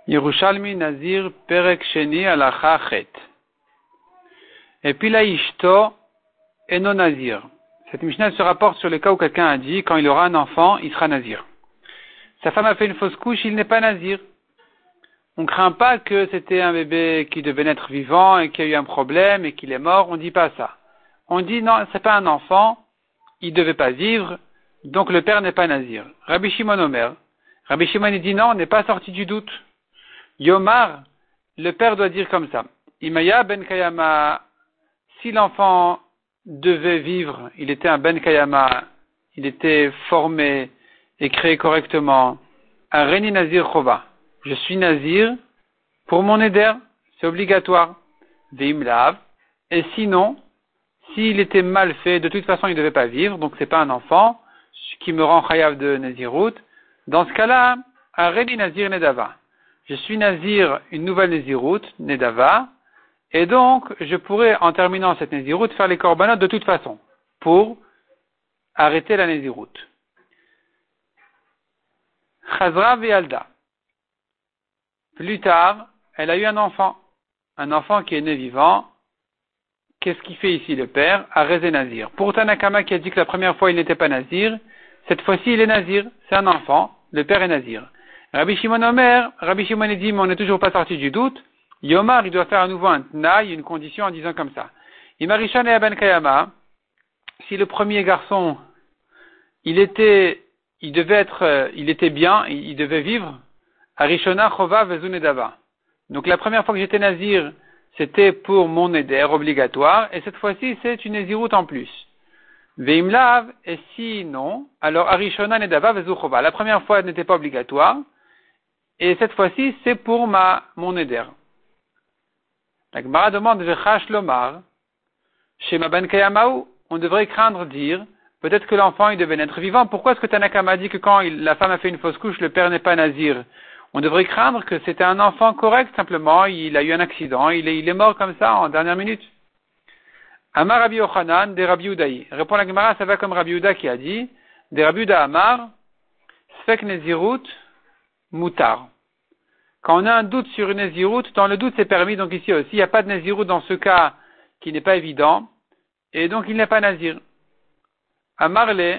Yerushalmi Nazir Perek Sheni Halacha Chet. Et puis là, Ishto Eno Nazir. Cette Mishnah se rapporte sur le cas où quelqu'un a dit, quand il aura un enfant, il sera Nazir. Sa femme a fait une fausse couche, il n'est pas Nazir. On ne craint pas que c'était un bébé qui devait naître vivant et qu'il y a eu un problème et qu'il est mort, on ne dit pas ça. On dit non, c'est pas un enfant, il ne devait pas vivre, donc le père n'est pas Nazir. Rabbi Shimon Omer. Rabbi Shimon dit non, on n'est pas sorti du doute. Yomar, le père doit dire comme ça. Imaya ben Kayama, si l'enfant devait vivre, il était un ben Kayama, il était formé et créé correctement. Un Reni Nazir Chova. Je suis Nazir pour mon éder, c'est obligatoire. Veimlav. Et sinon, s'il était mal fait, de toute façon il ne devait pas vivre, donc c'est pas un enfant, ce qui me rend chayav de Nazirout. Dans ce cas-là, un Reni Nazir Nedava. Je suis Nazir, une nouvelle Nazirout, Nedava, et donc je pourrais, en terminant cette Nazirout, faire les korbanot de toute façon, pour arrêter la Nazirout. Chazra Ve'alda. Plus tard, elle a eu un enfant qui est né vivant. Qu'est-ce qu'il fait ici le père? Arrêter Nazir. Pour Tanakama qui a dit que la première fois il n'était pas Nazir, cette fois-ci il est Nazir, c'est un enfant, le père est Nazir. Rabbi Shimon Omer, Rabbi Shimon dit, mais on n'est toujours pas sorti du doute. Yomar, il doit faire à nouveau un tnaï, une condition en disant comme ça. Imarishan et Aben Kayama, si le premier garçon, il était bien, il devait vivre, Arishona Chova Vezunedava. Donc la première fois que j'étais Nazir, c'était pour mon éder obligatoire, et cette fois-ci, c'est une Nazirout en plus. Veimlav, et si non, alors Arishona Nedava Vezu Chova. La première fois, elle n'était pas obligatoire, et cette fois-ci, c'est pour mon éder. La Gemara demande Vechash Lomar, chez ma ben Kayamaou, on devrait craindre dire, peut-être que l'enfant, il devait naître vivant. Pourquoi est-ce que Tanakama dit que quand la femme a fait une fausse couche, le père n'est pas Nazir? On devrait craindre que c'était un enfant correct, simplement, il a eu un accident, il est mort comme ça, en dernière minute. Amar Rabbi Yochanan, des Rabbi Udaï. Répond la Gemara, ça va comme Rabbi Uda qui a dit, des Rabbi Uda Amar, Sfek Nezirut, Mutar. Quand on a un doute sur une Nezirut, dans le doute c'est permis, donc ici aussi, il n'y a pas de Nezirut dans ce cas qui n'est pas évident, et donc il n'est pas Nazir. Amarle,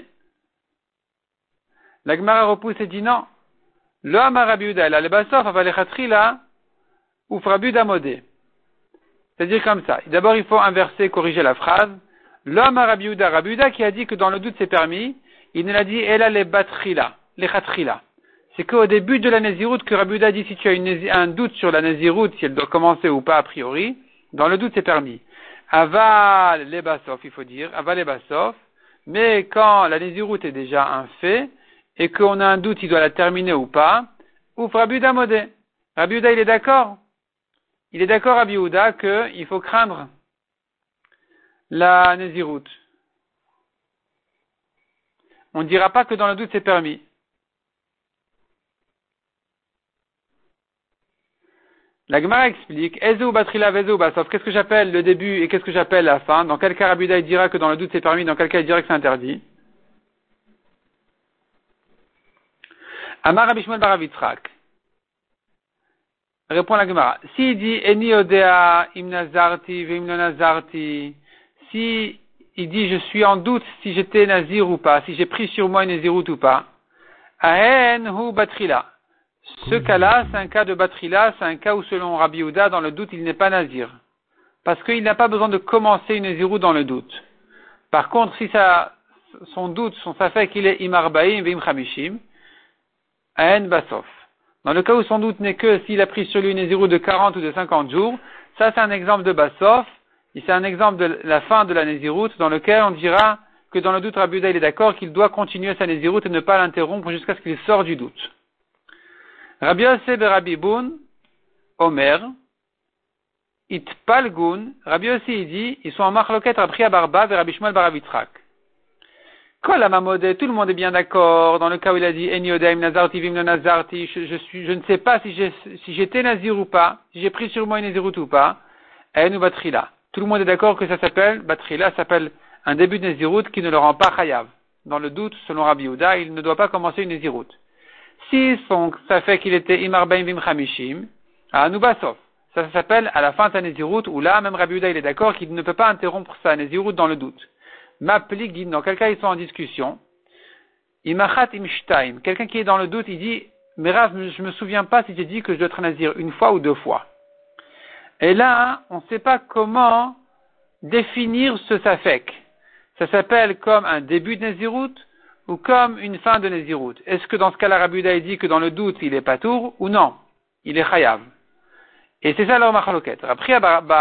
la Gemara repousse et dit non. Le Amar Rabbi Uda, la Lebasof, Avalechatri ou Rabbi Uda Modé. C'est-à-dire comme ça. D'abord, il faut inverser, corriger la phrase. L'homme à Rabbi Uda qui a dit que dans le doute c'est permis, il ne l'a dit, Ela les batrila, les chatrila. C'est qu'au début de la Nézirout que Rabbi Uda dit, si tu as un doute sur la Nézirout, si elle doit commencer ou pas a priori, dans le doute c'est permis. Aval les basof, il faut dire, aval les basof, mais quand la Nézirout est déjà un fait, et qu'on a un doute, il doit la terminer ou pas, ouf Rabbi Uda modé. Rabbi Uda, il est d'accord. Il est d'accord, Rabbi Uda, qu'il faut craindre la Nézirout. On ne dira pas que dans le doute c'est permis. La Gemara explique, Ezeu batrila vezeu basof, qu'est-ce que j'appelle le début et qu'est-ce que j'appelle la fin? Dans quel cas Rabbi Uda il dira que dans le doute c'est permis, dans quel cas il dira que c'est interdit? Amar Rabbi Shmuel bar Avitzrak. Répond la Gemara. S'il dit Eni odea im nazarti veim lo nazarti, si il dit je suis en doute si j'étais nazir ou pas, si j'ai pris sur moi une nazirout ou pas, ahen hu batrila. Ce cas-là, c'est un cas de batrila, c'est un cas où selon Rabbi Uda, dans le doute, il n'est pas nazir. Parce qu'il n'a pas besoin de commencer une nazirout dans le doute. Par contre, si son doute, ça fait qu'il est imarbaim veim chamishim, ahen basof. Dans le cas où son doute n'est que s'il a pris sur lui une Nézirout de 40 ou de 50 jours, ça c'est un exemple de Bassof, et c'est un exemple de la fin de la Nézirout, dans lequel on dira que dans le doute Rabbi Uda il est d'accord qu'il doit continuer sa Nézirout et ne pas l'interrompre jusqu'à ce qu'il sorte du doute. Rabbi Yosef et Rabbi Boun, Omer, Itpalgun, Rabbi Yosef il dit, ils sont en marloquette Rabbi Barba et Rabbi Shmuel bar Avitzrak. Kol Amamodé, tout le monde est bien d'accord, dans le cas où il a dit, Eni Odaim Nazarti Vim Nazarti, je ne sais pas si j'étais Nazir ou pas, si j'ai pris sur moi une Nazirout ou pas, En ou Batrila. Tout le monde est d'accord que ça s'appelle, Batrila s'appelle un début de Nazirout qui ne le rend pas chayav. Dans le doute, selon Rabbi Uda, il ne doit pas commencer une Nazirout. Si ça fait qu'il était Imar Ben Vim Chamishim, à Nubasov. Ça s'appelle à la fin de sa Nézirut, où là, même Rabbi Yehuda, il est d'accord qu'il ne peut pas interrompre sa Nézirut dans le doute. M'applique dit, dans quel cas ils sont en discussion. Imachat Imshtaim. Quelqu'un qui est dans le doute, il dit, mais Rav, je me souviens pas si j'ai dit que je dois être Nazir une fois ou deux fois. Et là, on ne sait pas comment définir ce safek. Ça s'appelle comme un début de Nézirut ou comme une fin de Nézirut. Est-ce que dans ce cas-là, Rabbi Yehuda, il dit que dans le doute, il est patour ou non? Il est chayav. Et c'est ça leur machaloket. Rabbi Chia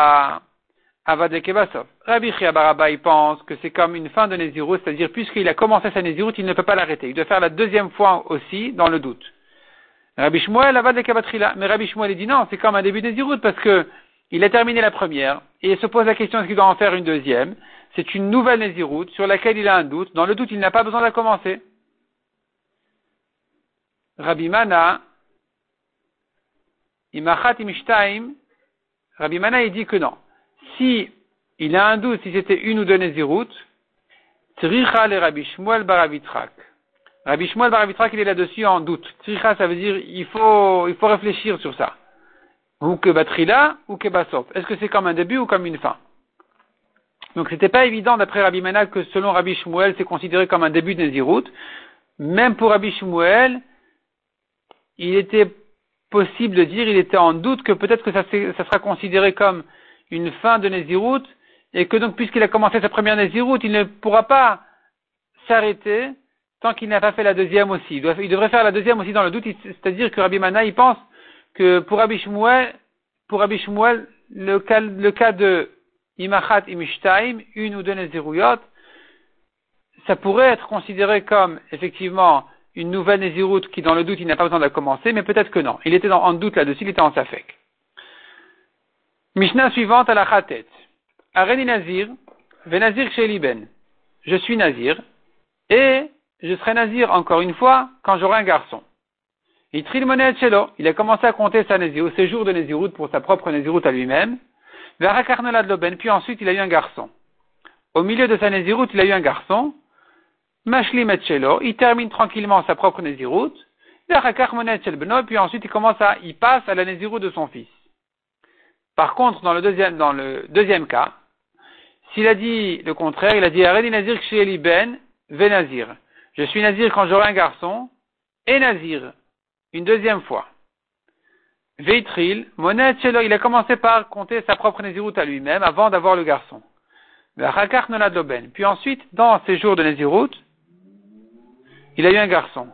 Baraba, il pense que c'est comme une fin de Nézirut, c'est-à-dire puisqu'il a commencé sa Nézirut, il ne peut pas l'arrêter. Il doit faire la deuxième fois aussi dans le doute. Rabbi Shmuel, Avad Lekabatrila. Mais Rabbi Shmuel, il dit non, c'est comme un début de Nézirut parce que il a terminé la première et il se pose la question est-ce qu'il doit en faire une deuxième? C'est une nouvelle Nézirut sur laquelle il a un doute. Dans le doute, il n'a pas besoin de la commencer. Rabbi Mana, Imachat Imishtaim, Rabbi Mana, il dit que non. Si il a un doute, si c'était une ou deux Nézirut, Tzricha le Rabbi Shmuel Baravitrak. Rabbi Shmuel Baravitrak, il est là-dessus en doute. Tzricha, ça veut dire, il faut réfléchir sur ça. Ou que Batrila, ou que Basop. Est-ce que c'est comme un début ou comme une fin? Donc c'était pas évident d'après Rabbi Mana que selon Rabbi Shmuel, c'est considéré comme un début de Nézirut. Même pour Rabbi Shmuel, il était possible de dire, il était en doute que peut-être que ça sera considéré comme une fin de Nézirut, et que donc puisqu'il a commencé sa première Nézirut, il ne pourra pas s'arrêter tant qu'il n'a pas fait la deuxième aussi. Il devrait faire la deuxième aussi dans le doute, c'est-à-dire que Rabbi Mana, il pense que pour Rabbi Shmuel, le cas de Imachat Imishtaim, une ou deux Néziruyot, ça pourrait être considéré comme effectivement une nouvelle Nézirut qui dans le doute il n'a pas besoin de la commencer, mais peut-être que non. Il était en doute là-dessus, il était en safek. Mishnah suivante à la Khatet. Areni Nazir, Venazir Sheli Ben. Je suis Nazir, et je serai Nazir encore une fois quand j'aurai un garçon. Itril Monet Shelo, il a commencé à compter sa Nézirut, ses jours de Nézirut pour sa propre Nézirut à lui-même. Verakarnolad Loben, puis ensuite il a eu un garçon. Au milieu de sa Nézirut, il a eu un garçon. Mashlim et Shelo, il termine tranquillement sa propre Nézirut. Verakar Monet Shel Beno, puis ensuite il passe à la Nézirut de son fils. Par contre, dans le deuxième cas, s'il a dit le contraire, il a dit Areni Nazir Ksheli Ben, Ve Nazir. Je suis Nazir quand j'aurai un garçon, et Nazir, une deuxième fois. Veitril, Monet Shelo, il a commencé par compter sa propre Nézirut à lui-même avant d'avoir le garçon. Verakar Nolad Loben. Puis ensuite, dans ses jours de Nézirut, il a eu un garçon.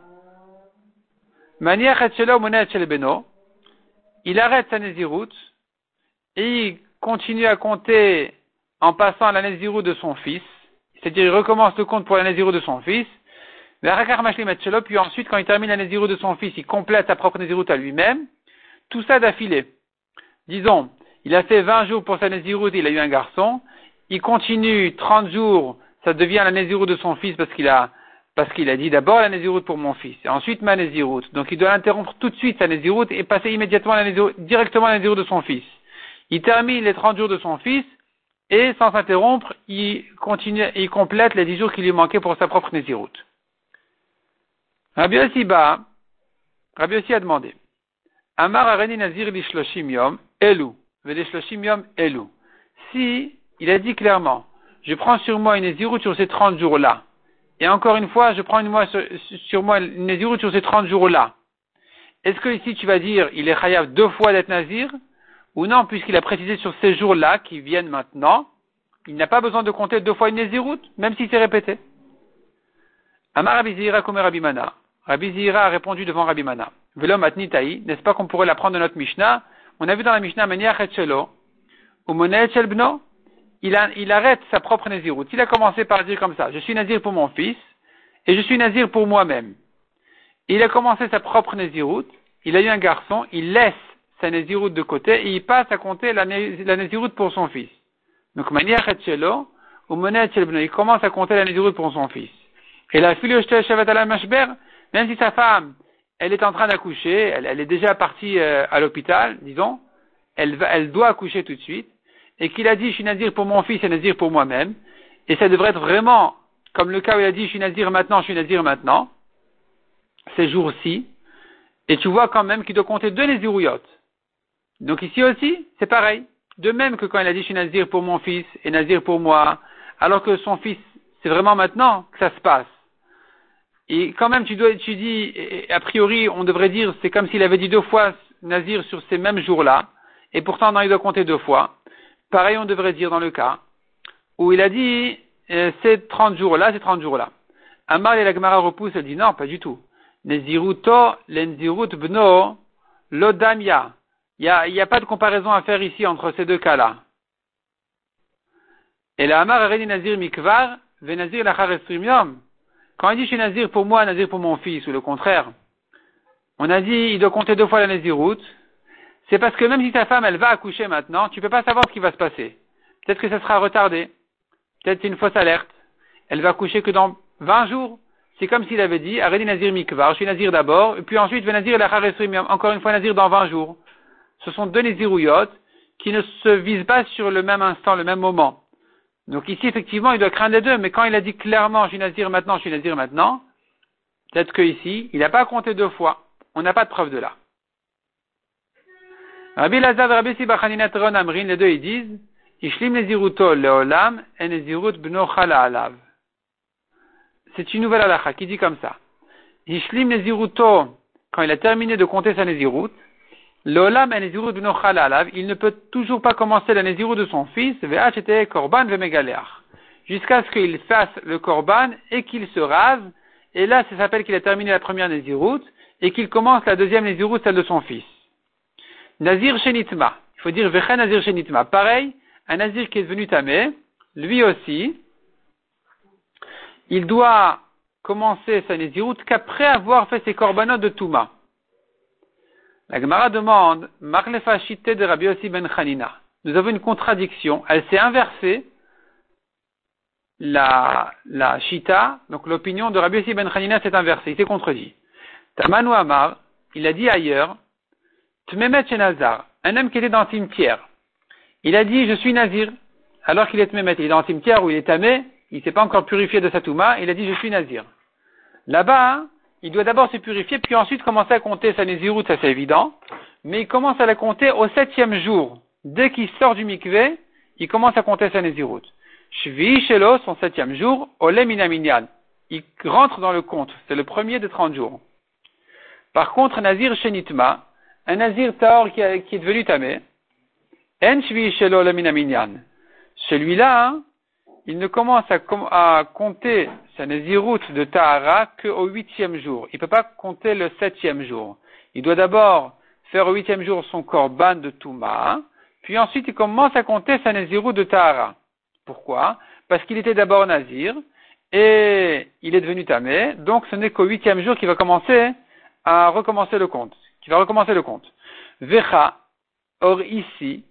Maniach et Shelo Monet Shel Beno, il arrête sa Nézirut, et il continue à compter en passant à la Nézirut de son fils, c'est-à-dire il recommence le compte pour la Nézirut de son fils, puis ensuite quand il termine la Nézirut de son fils, il complète sa propre Nézirut à lui-même, tout ça d'affilée. Disons, il a fait 20 jours pour sa Nézirut, il a eu un garçon, il continue 30 jours, ça devient la Nézirut de son fils parce qu'il a dit d'abord la Nézirut pour mon fils, et ensuite ma Nézirut. Donc il doit interrompre tout de suite sa Nézirut et passer immédiatement directement à la Nézirut de son fils. Il termine les 30 jours de son fils, et sans s'interrompre, il complète les 10 jours qui lui manquaient pour sa propre Nézirut. Rabbi Yossi a demandé, Amar Areni Nazir Lishloshim Yom, Elu, Velishloshim Yom, Elu. Si, il a dit clairement, je prends sur moi une Nézirut sur ces 30 jours-là, et encore une fois, je prends sur moi une Nézirut sur ces 30 jours-là. Est-ce que ici tu vas dire, il est chayav 2 fois d'être Nazir? Ou non, puisqu'il a précisé sur ces jours-là, qui viennent maintenant, il n'a pas besoin de compter 2 fois une Nézirut, même si c'est répété. Amar Rabbi Zira comme Rabbi Mana. Rabbi Zira a répondu devant Rabbi Mana. Velo matni taï, n'est-ce pas qu'on pourrait l'apprendre de notre Mishnah? On a vu dans la Mishnah, Maniach et Shelo, ou Monet Shel Bno, il arrête sa propre Nézirut. Il a commencé par dire comme ça, je suis Nazir pour mon fils, et je suis Nazir pour moi-même. Il a commencé sa propre Nézirut, il a eu un garçon, il laisse sa Nézirut de côté, et il passe à compter la Nézirut pour son fils. Donc, Maniach et Shelo, ou Monet Shel Bno, il commence à compter la Nézirut pour son fils. Et la fille Mashber, même si sa femme, elle est en train d'accoucher, elle est déjà partie à l'hôpital, disons, elle doit accoucher tout de suite, et qu'il a dit, je suis Nazir pour mon fils et Nazir pour moi-même, et ça devrait être vraiment, comme le cas où il a dit, je suis Nazir maintenant, ces jours-ci, Et tu vois quand même qu'il doit compter 2 Nézirouyot. Donc ici aussi, c'est pareil. De même que quand il a dit je suis Nazir pour mon fils et Nazir pour moi, alors que son fils, c'est vraiment maintenant que ça se passe. Et quand même, tu dis, a priori, on devrait dire, c'est comme s'il avait dit 2 fois Nazir sur ces mêmes jours-là, et pourtant, non, il doit compter 2 fois. Pareil, on devrait dire dans le cas où il a dit, c'est 30 jours-là, c'est 30 jours-là. Amar et la Gemara repousse, elle dit non, pas du tout. Neziruto, lenzirut bno, lodamia. Il y a pas de comparaison à faire ici entre ces 2 cas-là. Et la Amar areni nazir mikvar, ve nazir lachar estrimium. Quand il dit je suis nazir pour moi, nazir pour mon fils, ou le contraire, on a dit il doit compter 2 fois la naziroute, c'est parce que même si ta femme elle va accoucher maintenant, tu peux pas savoir ce qui va se passer. Peut-être que ça sera retardé, peut-être c'est une fausse alerte, elle va accoucher que dans 20 jours. C'est comme s'il avait dit, arrêtez nazir mikvar, je suis nazir d'abord, et puis ensuite nazir lachar estrimium, encore une fois nazir dans 20 jours. Ce sont 2 nazirouyot qui ne se visent pas sur le même instant, le même moment. Donc ici, effectivement, il doit craindre les 2, mais quand il a dit clairement, je suis nazir maintenant, peut-être que ici, il n'a pas compté 2 fois. On n'a pas de preuve de là. Rabbi Lazar et Rabbi Sibachanina Teron Amrin, les 2, ils disent, Ishlim neziruto leolam et nezirut bno chala alav. C'est une nouvelle halakha qui dit comme ça. Ishlim neziruto, quand il a terminé de compter sa nezirut, leolam et nezirut bno chala alav, il ne peut toujours pas commencer la nezirut de son fils, ve'achete korban ve'megaleach, jusqu'à ce qu'il fasse le korban et qu'il se rase, et là, ça s'appelle qu'il a terminé la première nezirut, et qu'il commence la deuxième nezirut, celle de son fils. Nazir Shenitma. Il faut dire Vecha Nazir Shenitma. Pareil, un Nazir qui est devenu tamé, lui aussi, il doit commencer sa Nezirut qu'après avoir fait ses korbanot de Touma. La Gemara demande, Marlefa Shite de Rabbi Yossi ben Chanina. Nous avons une contradiction. Elle s'est inversée. La Shita, donc l'opinion de Rabbi Yossi ben Chanina s'est inversée. Il s'est contredit. Tamanu Amar, il a dit ailleurs, Tmemet chez Nazar, un homme qui était dans le cimetière. Il a dit, je suis Nazir, alors qu'il est Tmemet. Il est dans le cimetière où il est tamé, il ne s'est pas encore purifié de sa Touma, il a dit, je suis Nazir. Là-bas, il doit d'abord se purifier, puis ensuite commencer à compter sa Nézirut, ça c'est évident, mais il commence à la compter au 7e jour. Dès qu'il sort du mikvé, il commence à compter sa Nézirut. Shvi Shelo, son 7e jour, Ole Minaminyan. Il rentre dans le compte, c'est le premier des 30 jours. Par contre, Nazir Shenitma, un Nazir Taor qui est devenu tamé, En Shvi Shelo Ole Minaminyan. Celui-là, hein, il ne commence à compter sa Nézirut de Tahara qu'au 8e jour. Il ne peut pas compter le 7e jour. Il doit d'abord faire au 8e jour son korban de Touma, puis ensuite il commence à compter sa Nézirut de Tahara. Pourquoi? Parce qu'il était d'abord Nazir, et il est devenu tamé, donc ce n'est qu'au 8e jour qu'il va commencer à recommencer le compte. Vecha, or ici,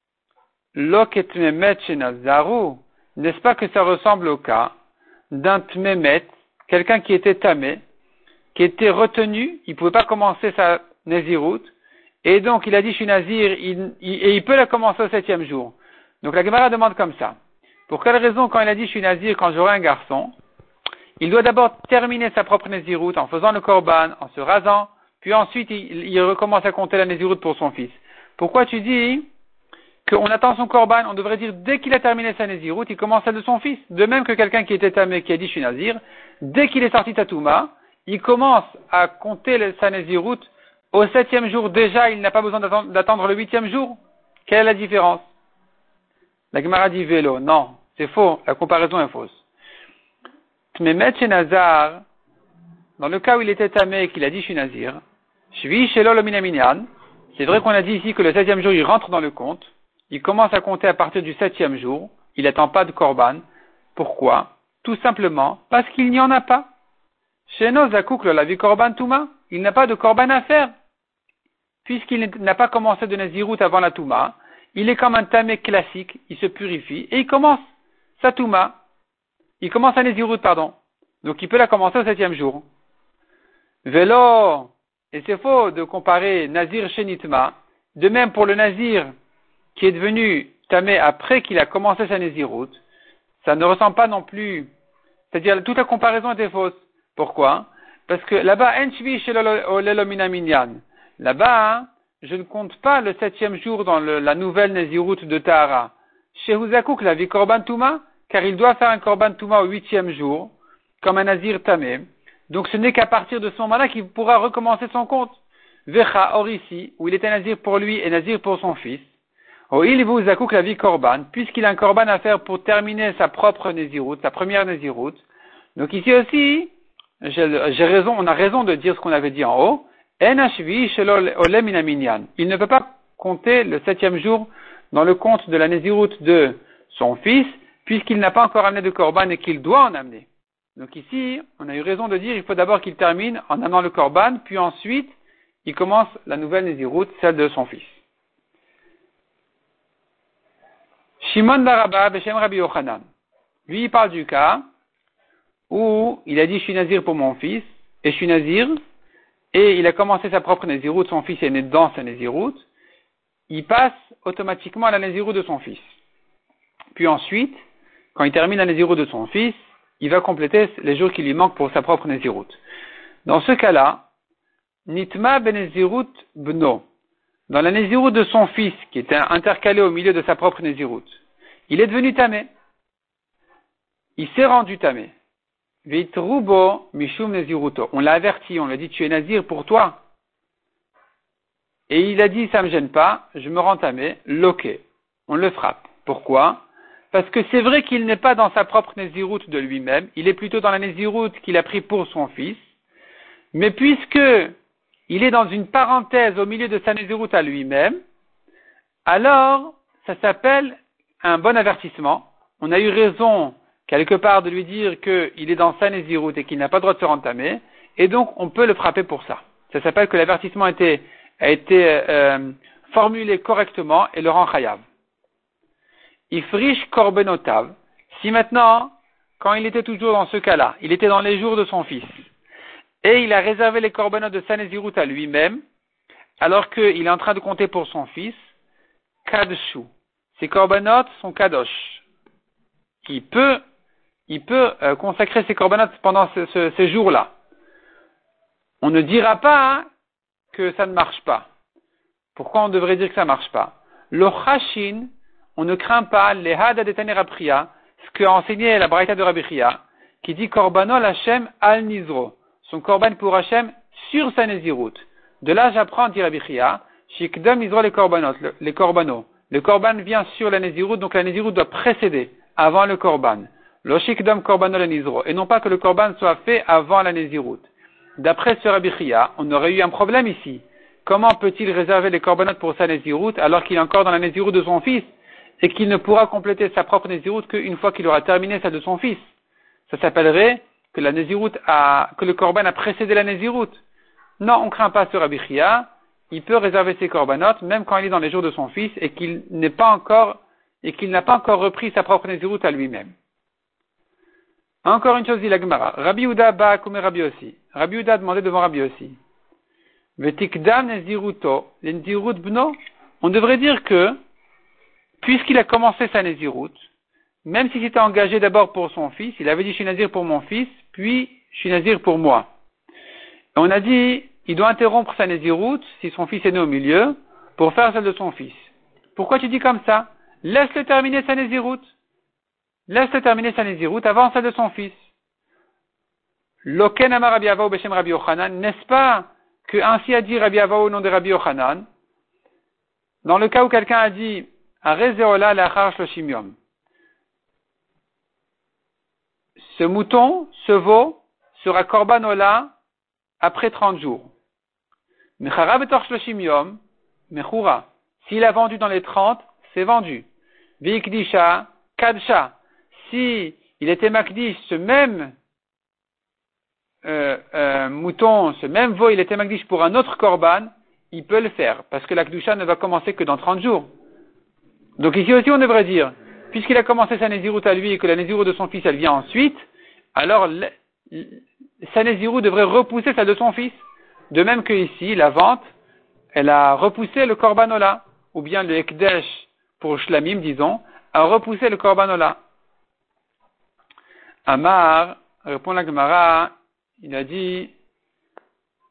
Loket Memet chez Nazaru, n'est-ce pas que ça ressemble au cas d'un Tmemet, quelqu'un qui était tamé, qui était retenu, il ne pouvait pas commencer sa Nézirut, et donc il a dit je suis Nazir, et il peut la commencer au 7e jour. Donc la Gemara demande comme ça. Pour quelle raison quand il a dit je suis Nazir quand j'aurai un garçon, il doit d'abord terminer sa propre Nézirut en faisant le korban, en se rasant, puis ensuite il recommence à compter la Nézirut pour son fils. Pourquoi tu dis qu'on attend son korban? On devrait dire dès qu'il a terminé sa Nézirut, il commence celle de son fils. De même que quelqu'un qui était tamé, qui a dit je suis Nazir, dès qu'il est sorti de Touma, il commence à compter sa Nézirut au 7e jour. Déjà, il n'a pas besoin d'attendre le 8e jour. Quelle est la différence? La Gemara dit vélo. Non, c'est faux. La comparaison est fausse. Tmemet chez Nazar, dans le cas où il était tamé et qu'il a dit je suis Nazir, Shvi Shelo Lo Minaminyan, c'est vrai qu'on a dit ici que le 7e jour il rentre dans le compte, il commence à compter à partir du 7e jour, il n'attend pas de korban. Pourquoi? Tout simplement parce qu'il n'y en a pas. Chez nos Zakouk la vie korban Touma, il n'a pas de korban à faire. Puisqu'il n'a pas commencé de Nazirut avant la Touma, il est comme un tamé classique, il se purifie et il commence sa Touma. Il commence à Nézirut, pardon. Donc il peut la commencer au 7e jour. Vélo, et c'est faux de comparer Nazir Shenitma. De même pour le Nazir qui est devenu tamé après qu'il a commencé sa Nézirut, ça ne ressemble pas non plus. C'est-à-dire toute la comparaison était fausse. Pourquoi? Parce que là-bas, là-bas, je ne compte pas le 7e jour dans la nouvelle Nézirut de Tahara. Chez Huzakouk, la vie Korban Touma, car il doit faire un Korban Touma au 8e jour, comme un Nazir Tamé. Donc ce n'est qu'à partir de ce moment-là qu'il pourra recommencer son compte. Vecha, or ici, où il était Nazir pour lui et Nazir pour son fils. Oh, il vous Zakouk la vie Korban, puisqu'il a un Korban à faire pour terminer sa propre Nézirut, sa première Nézirut. Donc ici aussi, on a raison de dire ce qu'on avait dit en haut. Il ne peut pas compter le 7e jour dans le compte de la Nézirut de son fils, puisqu'il n'a pas encore amené de Korban et qu'il doit en amener. Donc ici, on a eu raison de dire, il faut d'abord qu'il termine en amenant le Korban, puis ensuite, il commence la nouvelle Nézirut, celle de son fils. Shimon Baraba, Beshem Rabbi Yochanan. Lui, il parle du cas où il a dit, je suis Nazir pour mon fils, et je suis Nazir, et il a commencé sa propre Nézirut, son fils est né dans sa Nézirut, il passe automatiquement à la Nézirut de son fils. Puis ensuite, quand il termine la Nézirut de son fils, il va compléter les jours qui lui manquent pour sa propre Nézirut. Dans ce cas-là, Nitma ben Nézirut bno, dans la Nézirut de son fils, qui était intercalé au milieu de sa propre Nézirut, il est devenu tamé. Il s'est rendu tamé. Vitrubo mishum Néziruto. On l'a averti, on lui a dit, tu es Nazir pour toi. Et il a dit, ça me gêne pas, je me rends tamé, loqué. On le frappe. Pourquoi? Parce que c'est vrai qu'il n'est pas dans sa propre Nézirut de lui-même, il est plutôt dans la Nézirut qu'il a pris pour son fils. Mais puisque il est dans une parenthèse au milieu de sa Nézirut à lui-même, alors ça s'appelle un bon avertissement. On a eu raison quelque part de lui dire qu'il est dans sa Nézirut et qu'il n'a pas le droit de se rentamer, et donc on peut le frapper pour ça. Ça s'appelle que l'avertissement a été formulé correctement et le rend chayav. Ifrish korbenotav. Si maintenant, quand il était toujours dans ce cas-là, il était dans les jours de son fils, et il a réservé les korbanot de sa Nézirut à lui-même, alors qu'il est en train de compter pour son fils, kadshu. Ces korbanot sont kadosh. Il peut consacrer ses korbanot pendant ces jours-là. On ne dira pas que ça ne marche pas. Pourquoi on devrait dire que ça ne marche pas? Le chashin, on ne craint pas les hada de Taner Apriya, ce qu'a enseigné la Braïta de Rabbi Chia, qui dit korbanot Hashem al nizro, son korban pour Hashem sur sa Nézirut. De là, j'apprends, dit Rabbi Chia, shikdam nizro les korbanot, les korbanos. Le korban vient sur la Nézirut, donc la Nézirut doit précéder, avant le korban. Lo shikdam korbanot la nizro, et non pas que le korban soit fait avant la Nézirut. D'après ce Rabbi Chia, on aurait eu un problème ici. Comment peut-il réserver les korbanot pour sa Nézirut alors qu'il est encore dans la Nézirut de son fils et qu'il ne pourra compléter sa propre Nézirut qu'une fois qu'il aura terminé celle de son fils? Ça s'appellerait que la Nézirut que le korban a précédé la Nézirut. Non, on ne craint pas ce Rabbi Chia. Il peut réserver ses korbanot même quand il est dans les jours de son fils et qu'il n'a pas encore repris sa propre Nézirut à lui-même. Encore une chose, dit la Gemara. Rabbi Uda ba comme Rabbi aussi. Rabbi Uda a demandé devant Rabbi aussi. Vetikdam Néziruto, Nézirut bno. On devrait dire que, puisqu'il a commencé sa Nézirut, même s'il s'était engagé d'abord pour son fils, il avait dit je suis Nazir pour mon fils, puis je suis Nazir pour moi. Et on a dit, il doit interrompre sa Nézirut, si son fils est né au milieu, pour faire celle de son fils. Pourquoi tu dis comme ça? Laisse-le terminer sa Nézirut. Laisse-le terminer sa Nézirut avant celle de son fils. Loken amar Rabbi Avahu beshem Rabbi Yochanan, n'est-ce pas que ainsi a dit Rabbi Avahu au nom de Rabbi Yochanan, dans le cas où quelqu'un a dit, Arezeola lachar shloshim yom. Ce mouton, ce veau, sera korban ola après 30 jours. Mechara betor shloshim yom, mechura. S'il a vendu dans les 30, c'est vendu. Vikdisha, kadsha. Si il était makdish, ce même mouton, ce même veau, il était makdish pour un autre korban, il peut le faire, parce que la kedusha ne va commencer que dans 30 jours. Donc ici aussi on devrait dire, puisqu'il a commencé sa Nézirut à lui et que la Nézirut de son fils elle vient ensuite, alors sa Nézirut devrait repousser celle de son fils. De même que ici, la vente, elle a repoussé le korbanola, ou bien le ekdesh pour shlamim, disons, a repoussé le korbanola. Amar, répond la Gemara, il a dit,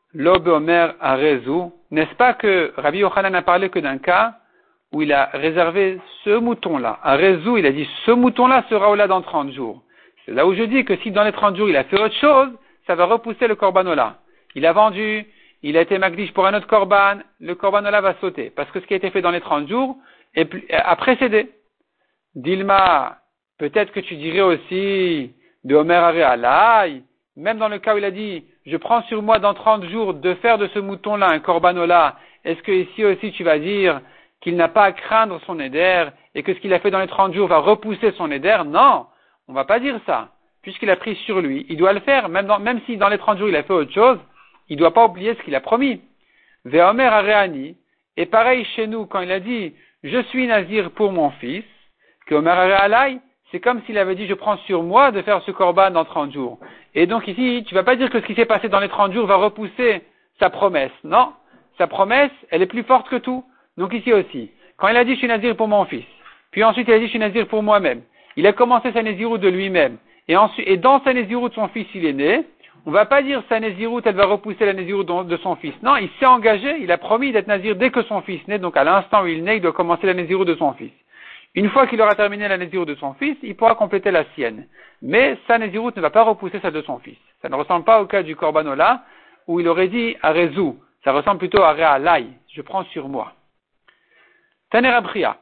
Lo beomer arezu. N'est-ce pas que Rabbi Yochanan n'a parlé que d'un cas où il a réservé ce mouton-là. Arezu, il a dit ce mouton-là sera au-là dans 30 jours. C'est là où je dis que si dans les 30 jours il a fait autre chose, ça va repousser le korban-ola. Il a vendu, il a été magdish pour un autre korban, le korban-ola va sauter. Parce que ce qui a été fait dans les 30 jours a précédé. Dilma, peut-être que tu dirais aussi de Omer Arealai, même dans le cas où il a dit, je prends sur moi dans 30 jours de faire de ce mouton-là un korban-ola, est-ce que ici aussi tu vas dire qu'il n'a pas à craindre son éder et que ce qu'il a fait dans les 30 jours va repousser son éder? Non, on va pas dire ça. Puisqu'il a pris sur lui, il doit le faire, même si dans les 30 jours il a fait autre chose, il ne doit pas oublier ce qu'il a promis. Ve'omer Areani, et pareil chez nous, quand il a dit, je suis nazir pour mon fils, que Omer Arealai, c'est comme s'il avait dit, je prends sur moi de faire ce korban dans 30 jours. Et donc ici, tu vas pas dire que ce qui s'est passé dans les 30 jours va repousser sa promesse. Non. Sa promesse, elle est plus forte que tout. Donc ici aussi, quand il a dit, je suis nazir pour mon fils, puis ensuite il a dit, je suis nazir pour moi-même, il a commencé sa naziroute de lui-même, et dans sa naziroute, son fils, il est né, on va pas dire sa naziroute, elle va repousser la naziroute de son fils. Non, il s'est engagé, il a promis d'être nazir dès que son fils naît, donc à l'instant où il naît, il doit commencer la naziroute de son fils. Une fois qu'il aura terminé la naziroute de son fils, il pourra compléter la sienne. Mais sa naziroute ne va pas repousser celle de son fils. Ça ne ressemble pas au cas du Korban-Ola, où il aurait dit à Rezou. Ça ressemble plutôt à Re'alai. Je prends sur moi. Taner Abria.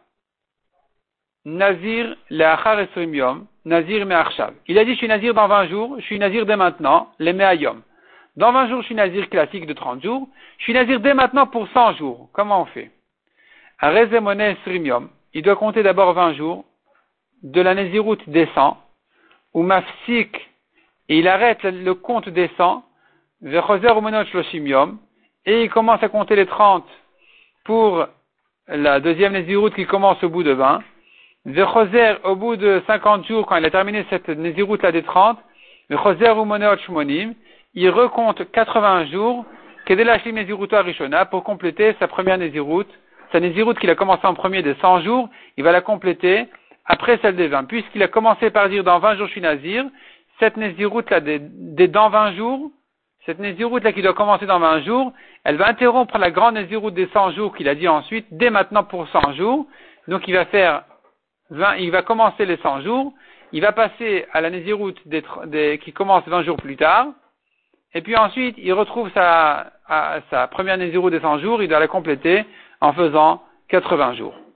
Nazir le'achar esrim yom, nazir me'achshav. Il a dit, je suis nazir dans 20 jours, je suis nazir dès maintenant, le me'ayom. Dans 20 jours, je suis nazir classique de 30 jours, je suis nazir dès maintenant pour 100 jours. Comment on fait? Arezemone esrim yom. Il doit compter d'abord 20 jours, de la naziroute descend, ou mafsik, et il arrête le compte descend, vechoser umenot shloshim yom, et il commence à compter les 30 pour la deuxième naziroute qui commence au bout de 20, vechoser au bout de 50 jours, quand il a terminé cette naziroute là des 30, vechoser umenot shmonim, il recompte 80 jours, kedelashlim naziruto arishona, pour compléter sa première naziroute. Sa naziroute qu'il a commencé en premier des 100 jours, il va la compléter après celle des 20. Puisqu'il a commencé par dire dans 20 jours je suis nazir, cette naziroute là des dans 20 jours, cette naziroute là qui doit commencer dans 20 jours, elle va interrompre la grande naziroute des 100 jours qu'il a dit ensuite, dès maintenant pour 100 jours. Donc il va faire 20, il va commencer les 100 jours, il va passer à la naziroute qui commence 20 jours plus tard, et puis ensuite il retrouve sa première naziroute des 100 jours, il doit la compléter en faisant 80 jours.